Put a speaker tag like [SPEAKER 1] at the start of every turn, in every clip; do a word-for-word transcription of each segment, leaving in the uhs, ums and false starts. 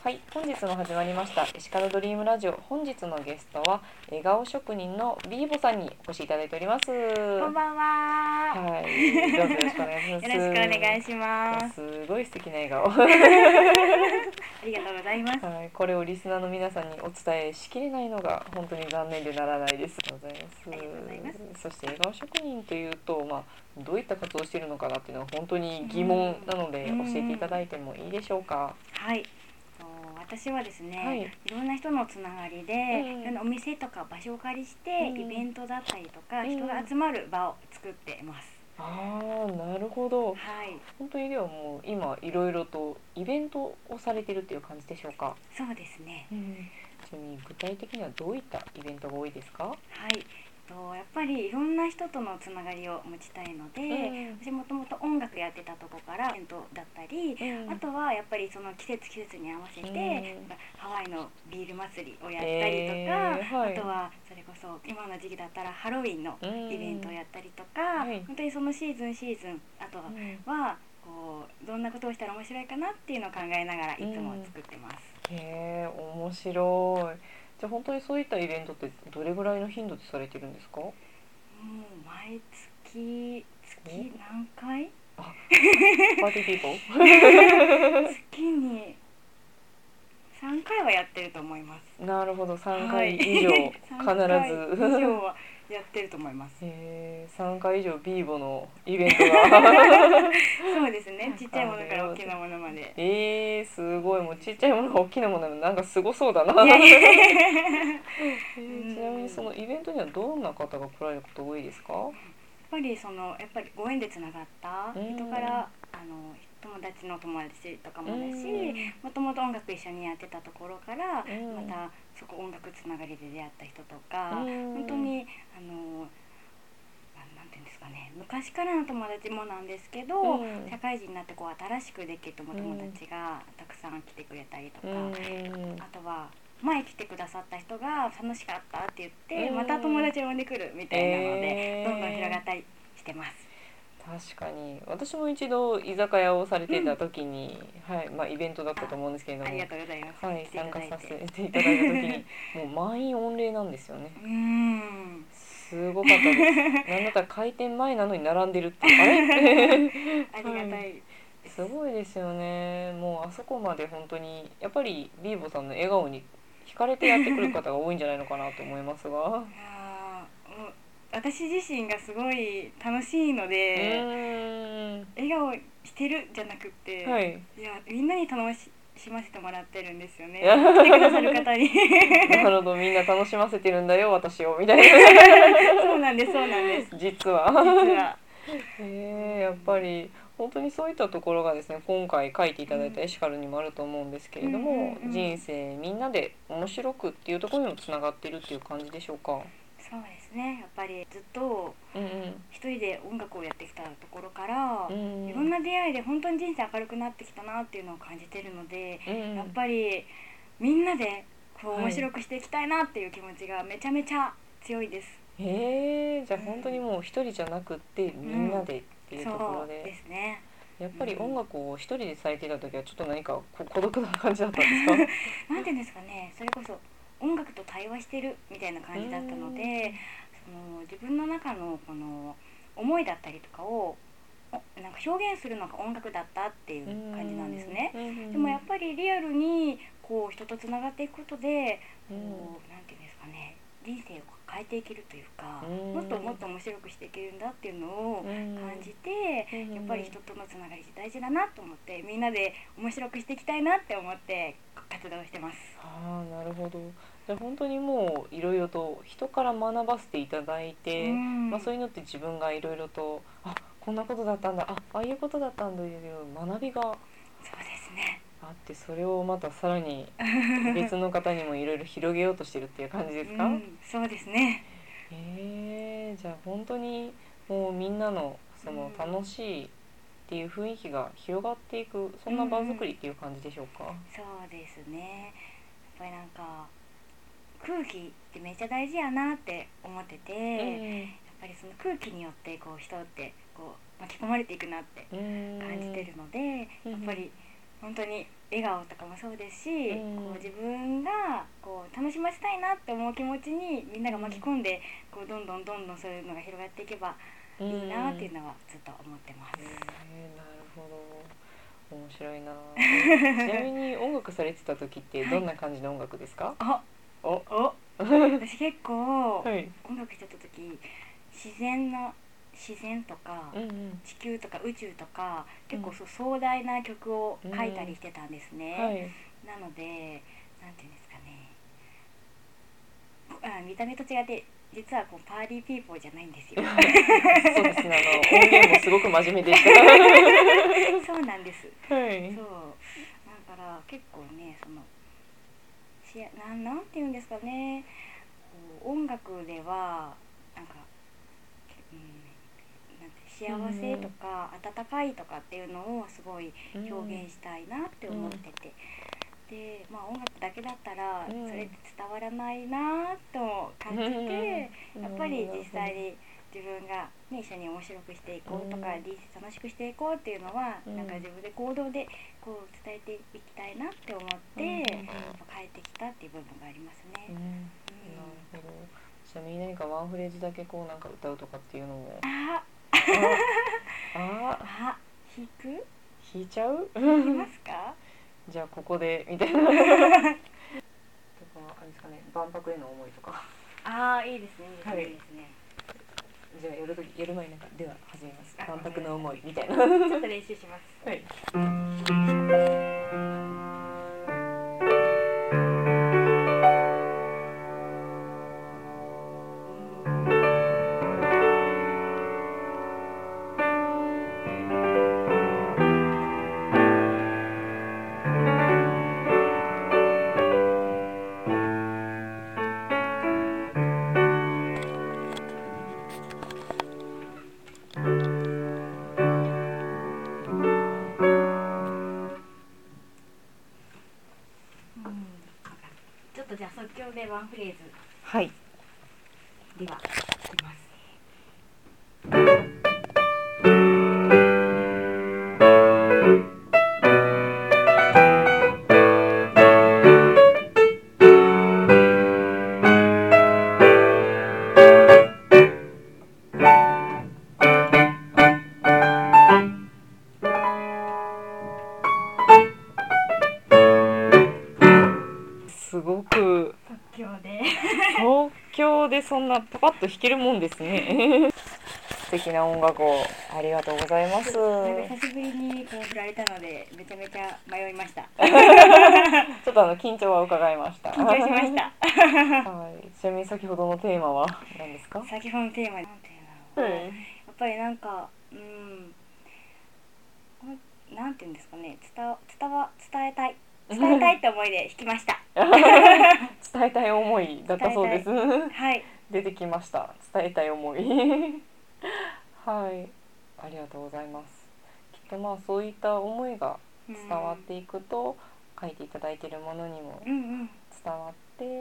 [SPEAKER 1] はい、本日も始まりましたエシカルドリームラジオ。本日のゲストは笑顔職人のビーボさんにお越しいただいております。こ
[SPEAKER 2] こんばんは。
[SPEAKER 1] はい、どうぞよろしくお願いします。
[SPEAKER 2] よろしくお願いします。
[SPEAKER 1] すごい素敵な笑顔。
[SPEAKER 2] ありがとうございます。
[SPEAKER 1] はい、これをリスナーの皆さんにお伝えしきれないのが本当に残念でならないです。ありがとうございます。
[SPEAKER 2] ありがとうございます。
[SPEAKER 1] そして笑顔職人というと、まあ、どういった活動をしているのかなっていうのは本当に疑問なので、教えていただいてもいいでしょうか。
[SPEAKER 2] はい。私はですね、
[SPEAKER 1] はい、
[SPEAKER 2] いろんな人のつながりで、いろんなお店とか場所をお借りして、イベントだったりとか、人が集まる場を作っています。
[SPEAKER 1] ああ、なるほど。
[SPEAKER 2] はい。
[SPEAKER 1] 本当にではもう今いろいろとイベントをされているっていう感じでしょうか。
[SPEAKER 2] そうですね。
[SPEAKER 1] うん、ちなみに具体的にはどういったイベントが多いですか？
[SPEAKER 2] はい。やっぱりいろんな人とのつながりを持ちたいので、うん、私もともと音楽やってたとこからイベントだったり、うん、あとはやっぱりその季節季節に合わせて、うん、ハワイのビール祭りをやったりとか、えーはい、あとはそれこそ今の時期だったらハロウィンのイベントをやったりとか、うん、本当にそのシーズンシーズンあとは、うん、こうどんなことをしたら面白いかなっていうのを考えながらいつも作ってます。
[SPEAKER 1] うん、へー、面白い。じゃあ本当にそういったイベントってどれぐらいの頻度でされてるんですか？もう
[SPEAKER 2] 毎月月何回？
[SPEAKER 1] あ、パーティーピーポー
[SPEAKER 2] 月にさんかいはやってると思います。
[SPEAKER 1] なるほど、さんかい以上、はい、必ず
[SPEAKER 2] さんかい以上はやってると思います。
[SPEAKER 1] へー、さんかい以上ビーボのイベントが
[SPEAKER 2] そうですね、ちっちゃいものから大きなものまで。
[SPEAKER 1] えー、すごい。もうちっちゃいものが大きなものなんかすごそうだな。えー、ちなみにそのイベントにはどんな方が来られること多いですか？やっ
[SPEAKER 2] ぱりそのやっぱりご縁でつながった人からあの友達の友達とかもだし、もともと音楽一緒にやってたところからまたそこ音楽つながりで出会った人とか、本当にあのなんていうんですかね、昔からの友達もなんですけど、社会人になってこう新しくできたお友達がたくさん来てくれたりとか、あとは前来てくださった人が楽しかったって言ってまた友達を呼んでくるみたいなので、どんどん広がったりしてます。
[SPEAKER 1] 確かに私も一度居酒屋をされていた時に、うん、はい、まあ、イベントだったと思うんですけれども、
[SPEAKER 2] ありがとうございます、
[SPEAKER 1] はい、参加させていただいた時にもう満員御礼なんですよね。
[SPEAKER 2] うーん、
[SPEAKER 1] すごかったです。なんだったら開店前なのに並んでるってあれ
[SPEAKER 2] ありがたい、はい、
[SPEAKER 1] すごいですよね。もうあそこまで本当にやっぱりビーボさんの笑顔に惹かれてやってくる方が多いんじゃないのかなと思いますが
[SPEAKER 2] 私自身がすごい楽しいので、笑顔してるじゃなくて、はい、いやみんなに楽しませてもらってるんですよね。来てくださる方に
[SPEAKER 1] なるほど、みんな楽しませてるんだよ私をみたいな
[SPEAKER 2] そうなんですそうなんです
[SPEAKER 1] 実は実はえー、やっぱり本当にそういったところがですね、今回書いていただいたエシカルにもあると思うんですけれども、うんうんうん、人生みんなで面白くっていうところにもつながっているっていう感じでしょうか？
[SPEAKER 2] そうですね、やっぱりずっと一人で音楽をやってきたところから、うんうん、いろんな出会いで本当に人生明るくなってきたなっていうのを感じてるので、うんうん、やっぱりみんなでこう面白くしていきたいなっていう気持ちがめちゃめちゃ強いです。
[SPEAKER 1] へえ、じゃあ本当にもう一人じゃなくってみんなでっていうところで、
[SPEAKER 2] うん、そうですね。
[SPEAKER 1] やっぱり音楽を一人でされていた時はちょっと何か孤独な感じだったんですか？
[SPEAKER 2] なんていうんですかね、それこそ音楽と対話してるみたいな感じだったので、その自分の中のこの思いだったりとかをなんか表現するのが音楽だったっていう感じなんですね。でもやっぱりリアルにこう人とつながっていくことで、こうなんていうんですかね、人生を変えていけるというか、もっともっと面白くしていけるんだっていうのを感じて、やっぱり人とのつながりって大事だなと思って、みんなで面白くしていきたいなって思って活動してます。
[SPEAKER 1] ああ、なるほど。じゃあ本当にもういろいろと人から学ばせていただいて、まあ、そういうのって自分がいろいろとあこんなことだったんだ、あああいうことだったんだという学びが
[SPEAKER 2] そうですね
[SPEAKER 1] あって、それをまたさらに別の方にもいろいろ広げようとしてるっていう感じですか？
[SPEAKER 2] うん、そうですね。
[SPEAKER 1] えー、じゃあ本当にもうみんなのその楽しいっていう雰囲気が広がっていく、そんな場作りっていう感じでしょうか？うん、
[SPEAKER 2] そうですね。やっぱりなんか空気ってめっちゃ大事やなって思ってて、うん、やっぱりその空気によってこう人ってこう巻き込まれていくなって感じてるので、うん、やっぱり本当に笑顔とかもそうですし、
[SPEAKER 1] うん
[SPEAKER 2] こう自分がこう楽しませたいなって思う気持ちにみんなが巻き込んで、こうどんどんどんどんそういうのが広がっていけばいいなっていうのはずっと思ってます。
[SPEAKER 1] えー、なるほど、面白いな。ちなみに音楽されてた時ってどんな感じの音楽ですか？
[SPEAKER 2] あ
[SPEAKER 1] お
[SPEAKER 2] お私結構
[SPEAKER 1] はい
[SPEAKER 2] 音楽してた時自然な自然とか、
[SPEAKER 1] うんうん
[SPEAKER 2] 地球とか宇宙とか結構そう壮大な曲を書いたりしてたんですね、
[SPEAKER 1] はい、
[SPEAKER 2] なのでなんていうんですかね、あ見た目と違って実はこうパーリーピーポーじゃないんですよ
[SPEAKER 1] そうですね、あの音源もすごく真面目でした
[SPEAKER 2] そうなんです、
[SPEAKER 1] はい
[SPEAKER 2] そうだから結構ねそのしななんていうんですかね、こう音楽ではなんか、うん、なんて幸せとか温かいとかっていうのをすごい表現したいなって思ってて、で、まあ、音楽だけだったら
[SPEAKER 1] うん
[SPEAKER 2] それって伝わらないなと感じて、
[SPEAKER 1] うん、
[SPEAKER 2] やっぱり実際に自分が、ね、一緒に面白くしていこうとか、
[SPEAKER 1] うん、
[SPEAKER 2] 楽しくしていこうっていうのは、
[SPEAKER 1] うん、
[SPEAKER 2] なんか自分で行動でこう伝えていきたいなって思って、うん、帰ってきたっていう部分がありますね、
[SPEAKER 1] うんうん、
[SPEAKER 2] うん、
[SPEAKER 1] なるほど。ちなみに何かワンフレーズだけこうなんか歌うとかっていうのも
[SPEAKER 2] あ
[SPEAKER 1] ああ
[SPEAKER 2] あ弾く
[SPEAKER 1] 弾いちゃう
[SPEAKER 2] 弾きますか
[SPEAKER 1] じゃあここでみたいなとかあれですかね、万博への思いとか。
[SPEAKER 2] ああいいですねいいですね、
[SPEAKER 1] はい、
[SPEAKER 2] いいですね。
[SPEAKER 1] じゃあやるときやる前になんかでは始めます。万博の思いみたいな。
[SPEAKER 2] ちょっと練習します。
[SPEAKER 1] はい。
[SPEAKER 2] ちょっとじゃあ即興でワンフレーズ。
[SPEAKER 1] はい。
[SPEAKER 2] では、いきます。
[SPEAKER 1] すごく
[SPEAKER 2] 即興で
[SPEAKER 1] 即興でそんなパパッと弾けるもんですね。素敵な音楽をありがとうございます。
[SPEAKER 2] なんか久しぶりにこう振られたのでめちゃめちゃ迷いました。
[SPEAKER 1] ちょっとあの緊張は伺いました。
[SPEAKER 2] 緊張しました。
[SPEAKER 1] はい。ちなみに先ほどのテーマは何ですか？
[SPEAKER 2] 先ほどのテーマなんていうのは、はい、やっぱりなんかうんなんていうんですかね、伝伝わ伝えたい伝えたいって思いで弾きました。
[SPEAKER 1] 伝えたい思いだったそうです。
[SPEAKER 2] はい。
[SPEAKER 1] 出てきました。伝えたい思い。はい。ありがとうございます。きっとまあそういった思いが伝わっていくと、書いていただいているものにも伝わって、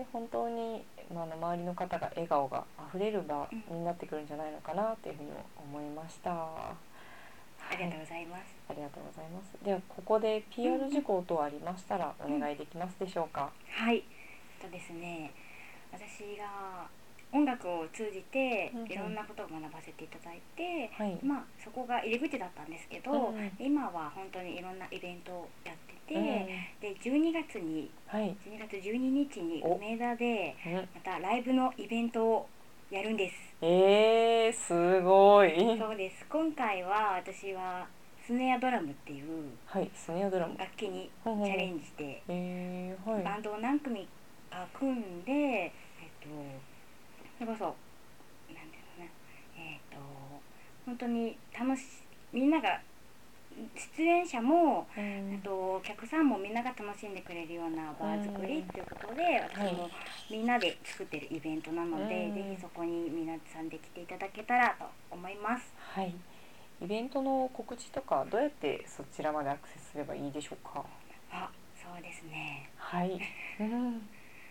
[SPEAKER 1] 本当にまあ周りの方が笑顔があふれる場になってくるんじゃないのかなというふうに思いました。
[SPEAKER 2] ありがとうございます。
[SPEAKER 1] ありがとうございます。ではここで ピーアール 事項等ありましたらお願いできますでしょうか？
[SPEAKER 2] うん、はい。えっとですね、私が音楽を通じていろんなことを学ばせていただいて、うんうん、まあそこが入り口だったんですけど、うん、今は本当にいろんなイベントをやってて、うん、でじゅうにがつに、はい、じゅうにがつじゅうににちに梅田でまたライブのイベントをやるんです。
[SPEAKER 1] えー、すごい。
[SPEAKER 2] そうです。今回は私はスネアドラムっていう、
[SPEAKER 1] はい、スネアドラム
[SPEAKER 2] 楽器にチャレンジして、
[SPEAKER 1] えーはい、
[SPEAKER 2] バンドを何組か組んで、えっとそれこそなんていうのね、えっと本当に楽しみんなが出演者も、うん、とお客さんもみんなが楽しんでくれるようなバー作りっていうことで、うん、私もみんなで作ってるイベントなので、うん、ぜひそこに皆さんで来ていただけたらと思います。
[SPEAKER 1] はい。イベントの告知とかどうやってそちらまでアクセスすればいいでしょうか？
[SPEAKER 2] あ、そうですね。
[SPEAKER 1] はい。うん、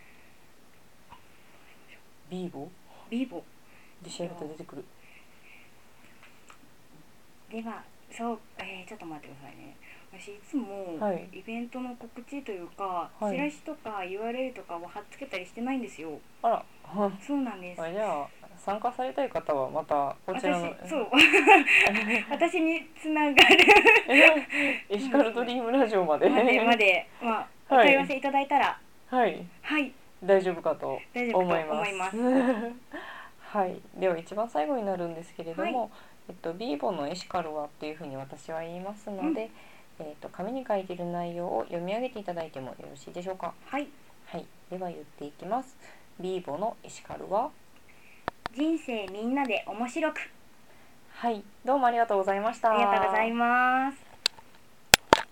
[SPEAKER 1] ビーボ
[SPEAKER 2] ビーボ
[SPEAKER 1] で調べたら出てくる。
[SPEAKER 2] ではそう、えー、ちょっと待ってくださいね。 私いつも
[SPEAKER 1] はい
[SPEAKER 2] イベントの告知というか、
[SPEAKER 1] はい
[SPEAKER 2] チラシとか ユーアールエル とかを貼っつけたりしてないんですよ。
[SPEAKER 1] あら
[SPEAKER 2] そうなんです。
[SPEAKER 1] あじゃあ参加されたい方はまたこちらの
[SPEAKER 2] 私そう私につながる
[SPEAKER 1] エシカルドリームラジオまで
[SPEAKER 2] までまで、まあ、お
[SPEAKER 1] はい
[SPEAKER 2] 問い合わせいただいたら
[SPEAKER 1] はい
[SPEAKER 2] はい
[SPEAKER 1] 大丈夫かと
[SPEAKER 2] 大丈夫と
[SPEAKER 1] 思います。
[SPEAKER 2] 思います
[SPEAKER 1] はい、では一番最後になるんですけれども、
[SPEAKER 2] はい
[SPEAKER 1] えっと、ビーボのエシカルはっていうふうに私は言いますので、うんえっと、紙に書いている内容を読み上げていただいてもよろしいでしょうか。
[SPEAKER 2] はい、
[SPEAKER 1] はい、では言っていきます。ビーボのエシカルは
[SPEAKER 2] 人生みんなで面白く。
[SPEAKER 1] はい、どうもありがとうございました。
[SPEAKER 2] ありがとうございます。